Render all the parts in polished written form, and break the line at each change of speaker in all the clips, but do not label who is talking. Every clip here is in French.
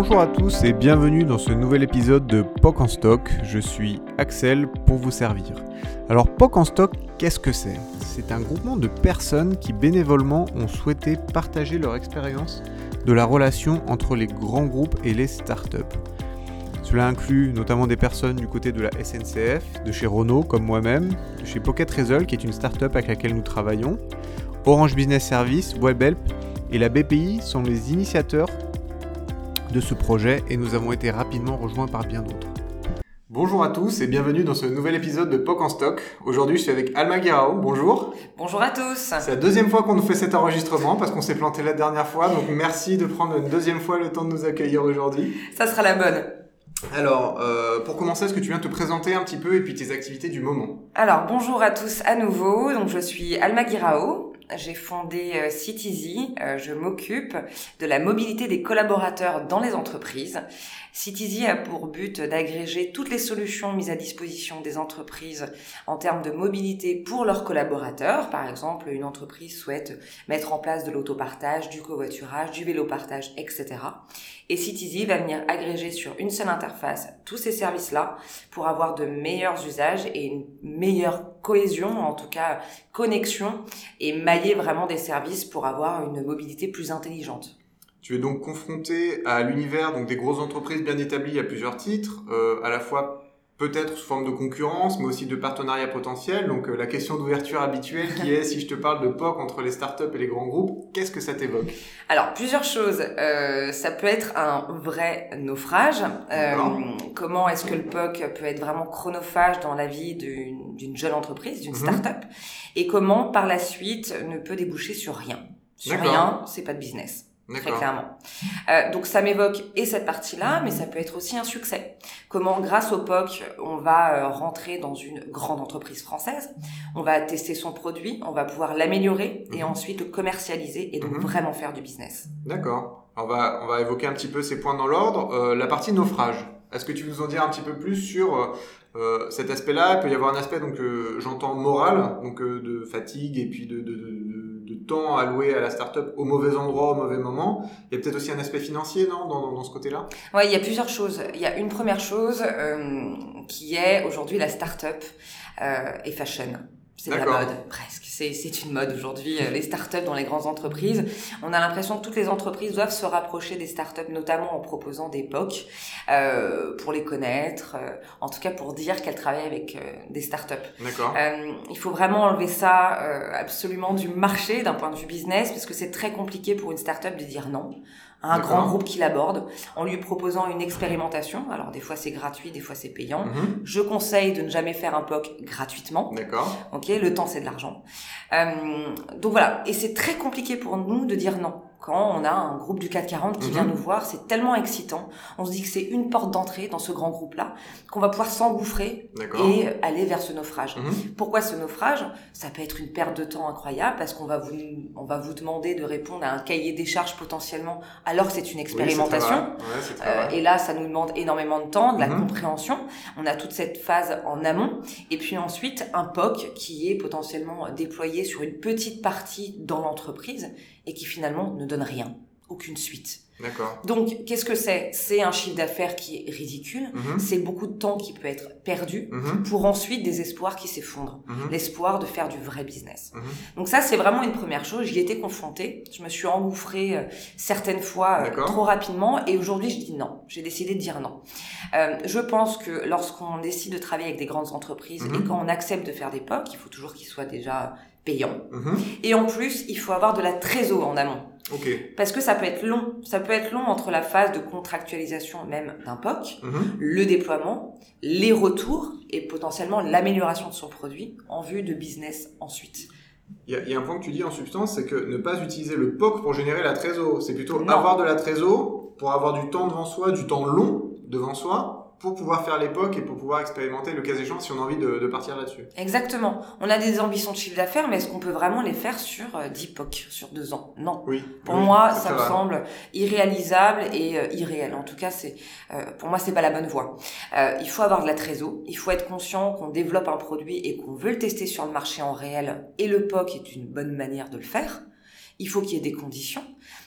Bonjour à tous et bienvenue dans ce nouvel épisode de POC en stock. Je suis Axel pour vous servir. Alors POC en stock, qu'est-ce que c'est ? C'est un groupement de personnes qui bénévolement ont souhaité partager leur expérience de la relation entre les grands groupes et les startups. Cela inclut notamment des personnes du côté de la SNCF, de chez Renault comme moi-même, de chez Pocket Result qui est une startup avec laquelle nous travaillons, Orange Business Service, Webhelp et la BPI sont les initiateurs de ce projet et nous avons été rapidement rejoints par bien d'autres. Bonjour à tous et bienvenue dans ce nouvel épisode de POC en stock. Aujourd'hui je suis avec Alma Guirao, bonjour.
Bonjour à tous.
C'est la deuxième fois qu'on nous fait cet enregistrement parce qu'on s'est planté la dernière fois, donc merci de prendre une deuxième fois le temps de nous accueillir aujourd'hui.
Ça sera la bonne.
Alors, pour commencer, est-ce que tu viens te présenter un petit peu et puis tes activités du moment ?
Alors, bonjour à tous à nouveau. Donc, je suis Alma Guirao. J'ai fondé Citizy. Je m'occupe de la mobilité des collaborateurs dans les entreprises. Citizy a pour but d'agréger toutes les solutions mises à disposition des entreprises en termes de mobilité pour leurs collaborateurs. Par exemple, une entreprise souhaite mettre en place de l'autopartage, du covoiturage, du vélopartage, etc. Et Citizy va venir agréger sur une seule interface tous ces services-là pour avoir de meilleurs usages et une meilleure cohésion, en tout cas connexion, et mailler vraiment des services pour avoir une mobilité plus intelligente.
Tu es donc confronté à l'univers donc des grosses entreprises bien établies à plusieurs titres, à la fois peut-être sous forme de concurrence, mais aussi de partenariat potentiel. Donc la question d'ouverture habituelle qui est, si je te parle de POC entre les startups et les grands groupes, qu'est-ce que ça t'évoque ?
Alors, plusieurs choses. Ça peut être un vrai naufrage. Comment est-ce que le POC peut être vraiment chronophage dans la vie d'une jeune entreprise, d'une startup, et comment, par la suite, ne peut déboucher sur rien. Sur rien, c'est pas de business. Très clairement. Donc ça m'évoque et cette partie-là, mais ça peut être aussi un succès. Comment, grâce au POC, on va rentrer dans une grande entreprise française, on va tester son produit, on va pouvoir l'améliorer et ensuite le commercialiser et donc vraiment faire du business.
D'accord. On va évoquer un petit peu ces points dans l'ordre. La partie naufrage. Est-ce que tu veux nous en dire un petit peu plus sur cet aspect-là ? Il peut y avoir un aspect, donc j'entends moral, donc de fatigue et puis de temps alloué à la start-up au mauvais endroit, au mauvais moment. Il y a peut-être aussi un aspect financier, non, dans ce côté-là ?
Oui, il y a plusieurs choses. Il y a une première chose qui est aujourd'hui la start-up et fashion. C'est de la mode, presque. C'est une mode aujourd'hui. Les startups dans les grandes entreprises, on a l'impression que toutes les entreprises doivent se rapprocher des startups, notamment en proposant des POC pour les connaître, en tout cas pour dire qu'elles travaillent avec des startups.
D'accord.
Il faut vraiment enlever ça absolument du marché d'un point de vue business, parce que c'est très compliqué pour une startup de dire non à un grand groupe qui l'aborde, en lui proposant une expérimentation. Alors, des fois, c'est gratuit, des fois, c'est payant. Je conseille de ne jamais faire un POC gratuitement.
D'accord.
Ok, le temps, c'est de l'argent. Donc voilà. Et c'est très compliqué pour nous de dire non. Quand on a un groupe du CAC 40 qui vient nous voir, c'est tellement excitant. On se dit que c'est une porte d'entrée dans ce grand groupe-là, qu'on va pouvoir s'engouffrer et aller vers ce naufrage. Pourquoi ce naufrage ? Ça peut être une perte de temps incroyable parce qu'on va vous demander de répondre à un cahier des charges potentiellement alors que c'est une expérimentation.
Oui, c'est très vrai.
Et là, ça nous demande énormément de temps, de la compréhension. On a toute cette phase en amont. Et puis ensuite, un POC qui est potentiellement déployé sur une petite partie dans l'entreprise et qui finalement ne donne rien, aucune suite.
D'accord.
Donc, qu'est-ce que c'est ? C'est un chiffre d'affaires qui est ridicule, c'est beaucoup de temps qui peut être perdu pour ensuite des espoirs qui s'effondrent, l'espoir de faire du vrai business. Donc ça, c'est vraiment une première chose. J'y étais confrontée, je me suis engouffrée certaines fois trop rapidement et aujourd'hui, je dis non. J'ai décidé de dire non. Je pense que lorsqu'on décide de travailler avec des grandes entreprises et quand on accepte de faire des POC, il faut toujours qu'ils soient déjà payants. Et en plus, il faut avoir de la trésor en amont. Parce que ça peut être long. Ça peut être long entre la phase de contractualisation même d'un POC, le déploiement, les retours et potentiellement l'amélioration de son produit en vue de business ensuite.
Il y a un point que tu dis en substance, c'est que ne pas utiliser le POC pour générer la trésor. C'est plutôt avoir de la trésor pour avoir du temps devant soi, du temps long devant soi, pour pouvoir faire l'époque et pour pouvoir expérimenter le cas échéant si on a envie de partir là-dessus.
Exactement. On a des ambitions de chiffre d'affaires, mais est-ce qu'on peut vraiment les faire sur 10 POC, sur 2 ans ? Non. Pour moi, ça me semble irréalisable et irréel. En tout cas, pour moi, c'est pas la bonne voie. Il faut avoir de la trésor. Il faut être conscient qu'on développe un produit et qu'on veut le tester sur le marché en réel. Et le POC est une bonne manière de le faire. Il faut qu'il y ait des conditions.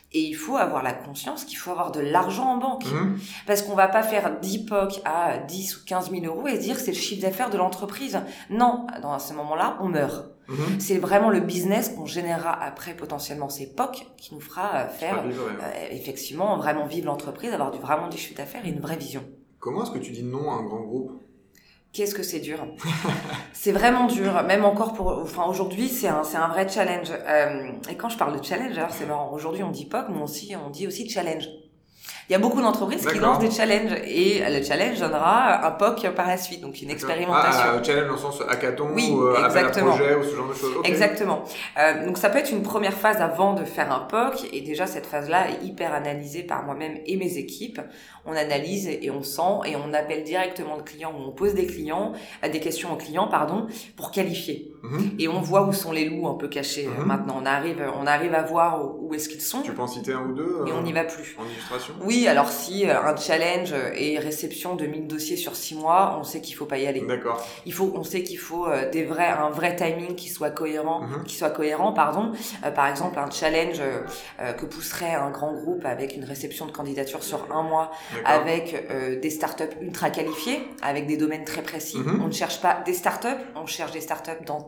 Et il faut avoir la conscience qu'il faut avoir de l'argent en banque. Parce qu'on va pas faire 10 POC à 10 ou 15 000 euros et se dire que c'est le chiffre d'affaires de l'entreprise. Non, dans ce moment-là, on meurt. C'est vraiment le business qu'on générera après potentiellement ces POC qui nous fera faire effectivement vraiment vivre l'entreprise, avoir vraiment du chiffre d'affaires et une vraie vision.
Comment est-ce que tu dis non à un grand groupe ?
Qu'est-ce que c'est dur. C'est vraiment dur, même encore aujourd'hui, c'est un vrai challenge. Et quand je parle de challenge, alors c'est marrant. Aujourd'hui, on dit POC, mais on dit aussi challenge. Il y a beaucoup d'entreprises qui lancent des challenges et le challenge donnera un POC par la suite, donc une expérimentation.
Challenge dans le sens hackathon ou appel à projet ou ce genre de choses. Okay.
Exactement. Donc ça peut être une première phase avant de faire un POC et déjà cette phase-là est hyper analysée par moi-même et mes équipes. On analyse et on sent et on appelle directement le client ou on pose des questions aux clients, pour qualifier. Et on voit où sont les loups un peu cachés maintenant. On arrive à voir où est-ce qu'ils sont.
Tu peux en citer un ou deux
et on n'y va plus.
En illustration.
Oui, alors si un challenge et réception de 1000 dossiers sur 6 mois, on sait qu'il faut pas y aller.
D'accord.
On sait qu'il faut un vrai timing qui soit cohérent, par exemple, un challenge que pousserait un grand groupe avec une réception de candidature sur 1 mois, avec des startups ultra qualifiées, avec des domaines très précis. On ne cherche pas des startups, on cherche des startups dans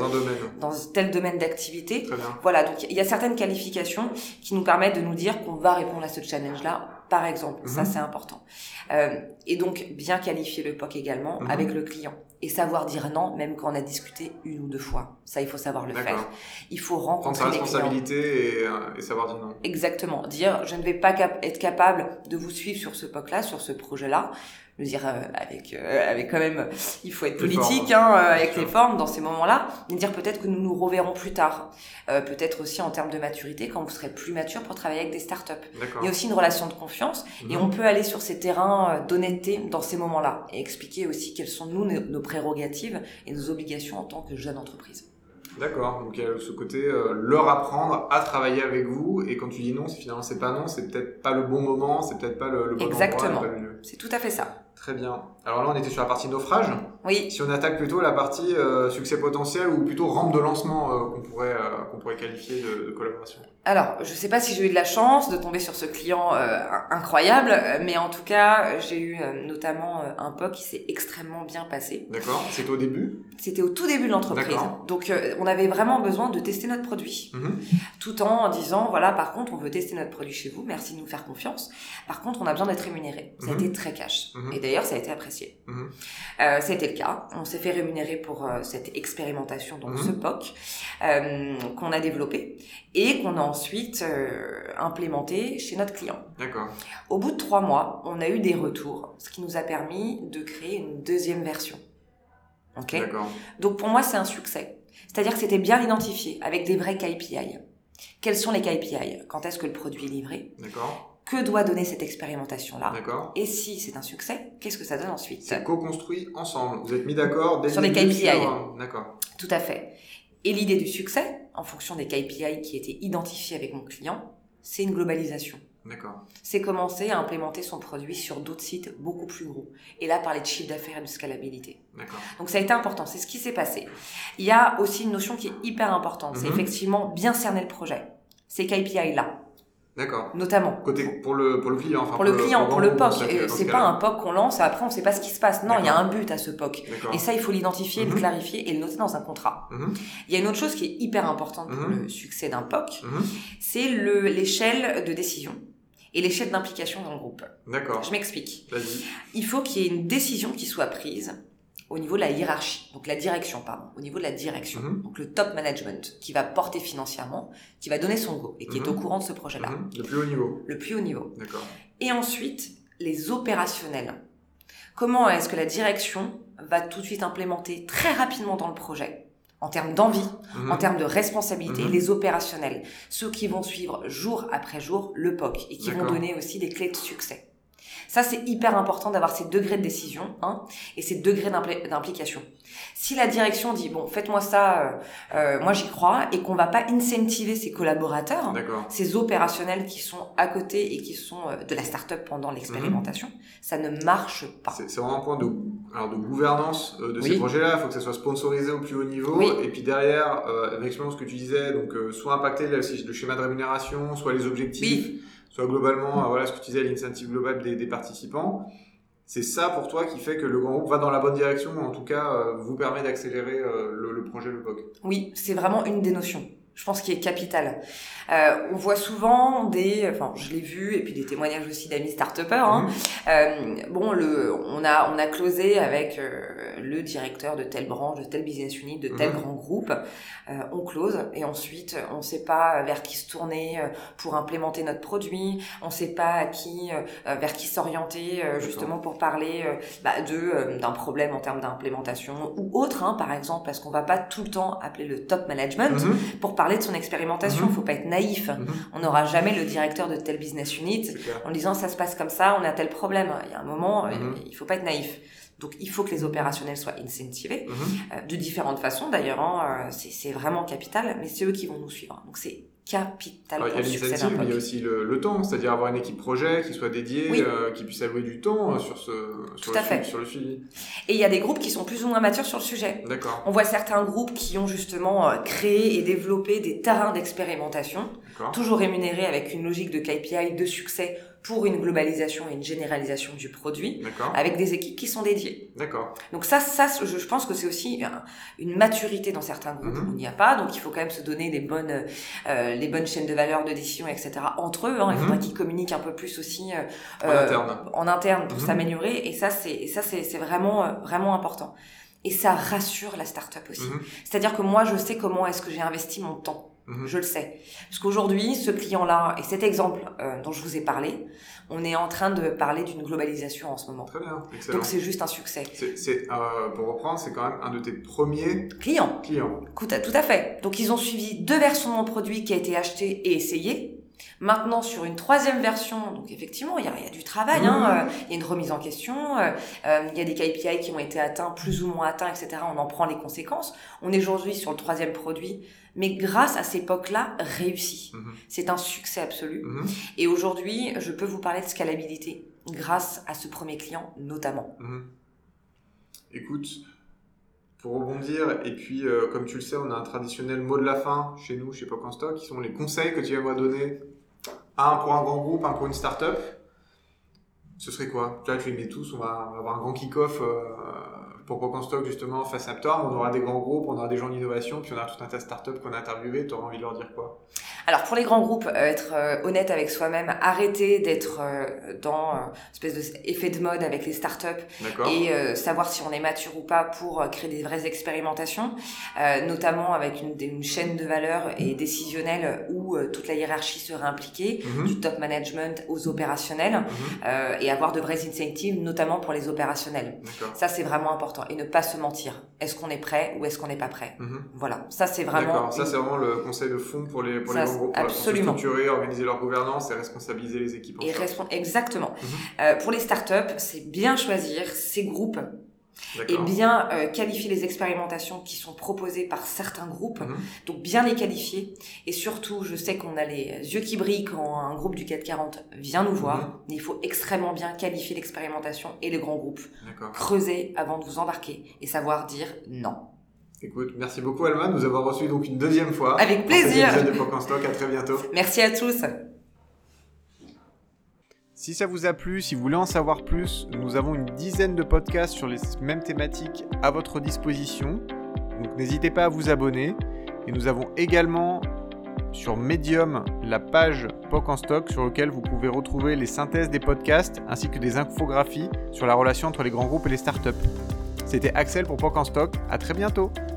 tel domaine d'activité.
Très bien.
Voilà, donc il y a certaines qualifications qui nous permettent de nous dire qu'on va répondre à ce challenge-là, par exemple. Ça, c'est important. Et donc, bien qualifier le POC également avec le client. Et savoir dire non, même quand on a discuté 1 ou 2 fois. Ça, il faut savoir le faire. Il faut rencontrer les clients.
Prendre sa responsabilité et savoir dire non.
Exactement. Dire, je ne vais pas être capable de vous suivre sur ce POC-là, sur ce projet-là. Le dire avec quand même, il faut être politique avec les formes dans ces moments-là, mais dire peut-être que nous nous reverrons plus tard, peut-être aussi en termes de maturité quand vous serez plus mature pour travailler avec des startups. Il y a aussi une relation de confiance et on peut aller sur ces terrains d'honnêteté dans ces moments-là et expliquer aussi quelles sont nos prérogatives et nos obligations en tant que jeune entreprise.
D'accord, donc il y a ce côté leur apprendre à travailler avec vous et quand tu dis non, finalement c'est pas non, c'est peut-être pas le bon moment, c'est peut-être pas le bon
Exactement.
endroit, pas le lieu.
C'est tout à fait ça.
Très bien. Alors là, on était sur la partie naufrage.
Oui.
Si on attaque plutôt la partie succès potentiel ou plutôt rampe de lancement qu'on pourrait qualifier de collaboration.
Alors, je sais pas si j'ai eu de la chance de tomber sur ce client incroyable, mais en tout cas, j'ai eu notamment un POC qui s'est extrêmement bien passé.
D'accord. C'était au début ?
C'était au tout début de l'entreprise.
D'accord.
Donc, on avait vraiment besoin de tester notre produit. Tout en disant, voilà, par contre, on veut tester notre produit chez vous, merci de nous faire confiance. Par contre, on a besoin d'être rémunéré. Ça a été très cash. Et d'ailleurs, ça a été apprécié. Ça a été le cas. On s'est fait rémunérer pour cette expérimentation, donc ce POC, qu'on a développé et qu'on a ensuite implémenté chez notre client.
D'accord.
Au bout de 3 mois, on a eu des retours, ce qui nous a permis de créer une deuxième version. Okay.
D'accord.
Donc pour moi, c'est un succès. C'est-à-dire que c'était bien identifié, avec des vrais KPI. Quels sont les KPI ? Quand est-ce que le produit est livré ?
D'accord.
Que doit donner cette expérimentation-là ?
D'accord.
Et si c'est un succès, qu'est-ce que ça donne ensuite ?
C'est co-construit ensemble. Vous êtes mis d'accord dès
sur des KPI.
D'accord.
Tout à fait. Et l'idée du succès, en fonction des KPI qui étaient identifiés avec mon client, c'est une globalisation.
D'accord.
C'est commencer à implémenter son produit sur d'autres sites beaucoup plus gros. Et là, parler de chiffre d'affaires et de scalabilité.
D'accord.
Donc ça a été important, c'est ce qui s'est passé. Il y a aussi une notion qui est hyper importante, c'est effectivement bien cerner le projet. Ces KPI-là.
D'accord.
Notamment.
Pour le client. Enfin,
pour le POC. C'est pas un POC qu'on lance, après on sait pas ce qui se passe. Non, il y a un but à ce POC.
D'accord.
Et ça, il faut l'identifier, le clarifier et le noter dans un contrat. Il y a une autre chose qui est hyper importante pour le succès d'un POC, c'est l'échelle de décision et l'échelle d'implication dans le groupe.
D'accord.
Je m'explique.
Vas-y.
Il faut qu'il y ait une décision qui soit prise au niveau de la hiérarchie, donc au niveau de la direction, donc le top management qui va porter financièrement, qui va donner son go et qui est au courant de ce projet-là.
Le plus haut niveau.
Le plus haut niveau.
D'accord.
Et ensuite, les opérationnels. Comment est-ce que la direction va tout de suite implémenter très rapidement dans le projet, en termes d'envie, en termes de responsabilité, les opérationnels, ceux qui vont suivre jour après jour le POC et qui vont donner aussi des clés de succès. Ça, c'est hyper important d'avoir ces degrés de décision et ces degrés d'implication. Si la direction dit, bon, faites-moi ça, moi j'y crois, et qu'on va pas incentiver ses collaborateurs, ces opérationnels qui sont à côté et qui sont de la start-up pendant l'expérimentation, ça ne marche pas.
C'est vraiment un point de gouvernance de ces projets-là. Il faut que ça soit sponsorisé au plus haut niveau. Et puis derrière, effectivement, ce que tu disais, donc soit impacter le schéma de rémunération, soit les objectifs, soit globalement, ce que tu disais, l'incentive global des participants. C'est ça pour toi qui fait que le grand groupe va dans la bonne direction, ou en tout cas vous permet d'accélérer le projet Le POC.
Oui, c'est vraiment une des notions, je pense, qui est capitale. On voit souvent je l'ai vu, et puis des témoignages aussi d'amis start-upers. On a closé avec le directeur de telle branche, de tel business unit, de tel grand groupe. On close et ensuite on ne sait pas vers qui se tourner pour implémenter notre produit. On ne sait pas vers qui s'orienter justement pour parler d'un problème en termes d'implémentation ou autre, par exemple, parce qu'on va pas tout le temps appeler le top management pour parler de son expérimentation. Faut pas être naïf. On n'aura jamais le directeur de tel business unit en disant ça se passe comme ça, on a tel problème. Il y a un moment, il faut pas être naïf. Donc, il faut que les opérationnels soient incentivés de différentes façons. D'ailleurs, c'est vraiment capital, mais c'est eux qui vont nous suivre. Donc, c'est capital pour le succès d'un POC.
Il y a aussi le temps, c'est-à-dire avoir une équipe projet qui soit dédiée, qui puisse allouer du temps sur le suivi.
Et il y a des groupes qui sont plus ou moins matures sur le sujet.
D'accord.
On voit certains groupes qui ont justement créé et développé des terrains d'expérimentation, toujours rémunérés avec une logique de KPI de succès pour une globalisation et une généralisation du produit, avec des équipes qui sont dédiées.
D'accord.
Donc ça, je pense que c'est aussi une maturité dans certains groupes où il n'y a pas, donc il faut quand même se donner les bonnes chaînes de valeur, de décision, etc. entre eux. Il faudra qu'ils communiquent un peu plus aussi en interne pour s'améliorer, et ça c'est vraiment vraiment important. Et ça rassure la start-up aussi. C'est-à-dire que moi, je sais comment est-ce que j'ai investi mon temps. Je le sais. Parce qu'aujourd'hui, ce client-là, et cet exemple dont je vous ai parlé, on est en train de parler d'une globalisation en ce moment.
Très bien, excellent.
Donc c'est juste un succès.
Pour reprendre, c'est quand même un de tes premiers clients.
Tout à fait. Donc ils ont suivi 2 versions de mon produit qui a été acheté et essayé. Maintenant, sur une 3e version, donc effectivement, il y a du travail, il y a une remise en question, il y a des KPI qui ont été atteints, plus ou moins atteints, etc. On en prend les conséquences. On est aujourd'hui sur le 3e produit, mais grâce à ces POC-là, réussi. C'est un succès absolu. Et aujourd'hui, je peux vous parler de scalabilité grâce à ce premier client, notamment.
Écoute, pour rebondir, et puis comme tu le sais, on a un traditionnel mot de la fin chez nous, chez POC en Stock, qui sont les conseils que tu aimerais donner, un pour un grand groupe, un pour une start-up. Ce serait quoi? Là, tu les mets tous, on va avoir un grand kick-off pour POC en Stock, justement, face à Aptorm. On aura des grands groupes, on aura des gens d'innovation, puis on a tout un tas de start-up qu'on a interviewé. Tu auras envie de leur dire quoi?
Alors, pour les grands groupes, être honnête avec soi-même, arrêter d'être dans une espèce d'effet de mode avec les startups et savoir si on est mature ou pas pour créer des vraies expérimentations, notamment avec une chaîne de valeur et décisionnelle où toute la hiérarchie serait impliquée, du top management aux opérationnels, et avoir de vrais incentives, notamment pour les opérationnels. Ça, c'est vraiment important. Et ne pas se mentir. Est-ce qu'on est prêt ou est-ce qu'on n'est pas prêt? Voilà. Ça, c'est vraiment...
Ça, c'est vraiment le conseil de fond pour les grands groupes.
Absolument.
Pour se structurer, organiser leur gouvernance et responsabiliser les équipes.
Exactement. Pour les startups, c'est bien choisir ces groupes et bien qualifier les expérimentations qui sont proposées par certains groupes. Donc bien les qualifier. Et surtout, je sais qu'on a les yeux qui brillent quand un groupe du CAC 40 vient nous voir. Mais il faut extrêmement bien qualifier l'expérimentation et les grands groupes. Creuser avant de vous embarquer et savoir dire non.
Écoute, merci beaucoup Alma de nous avoir reçus donc une 2e fois.
Avec plaisir.
Pour cet épisode de POC en Stock. À très bientôt.
Merci à tous.
Si ça vous a plu, si vous voulez en savoir plus, nous avons une 10aine de podcasts sur les mêmes thématiques à votre disposition. Donc n'hésitez pas à vous abonner. Et nous avons également sur Medium la page POC en Stock sur laquelle vous pouvez retrouver les synthèses des podcasts ainsi que des infographies sur la relation entre les grands groupes et les startups. C'était Axel pour POC en Stock. À très bientôt.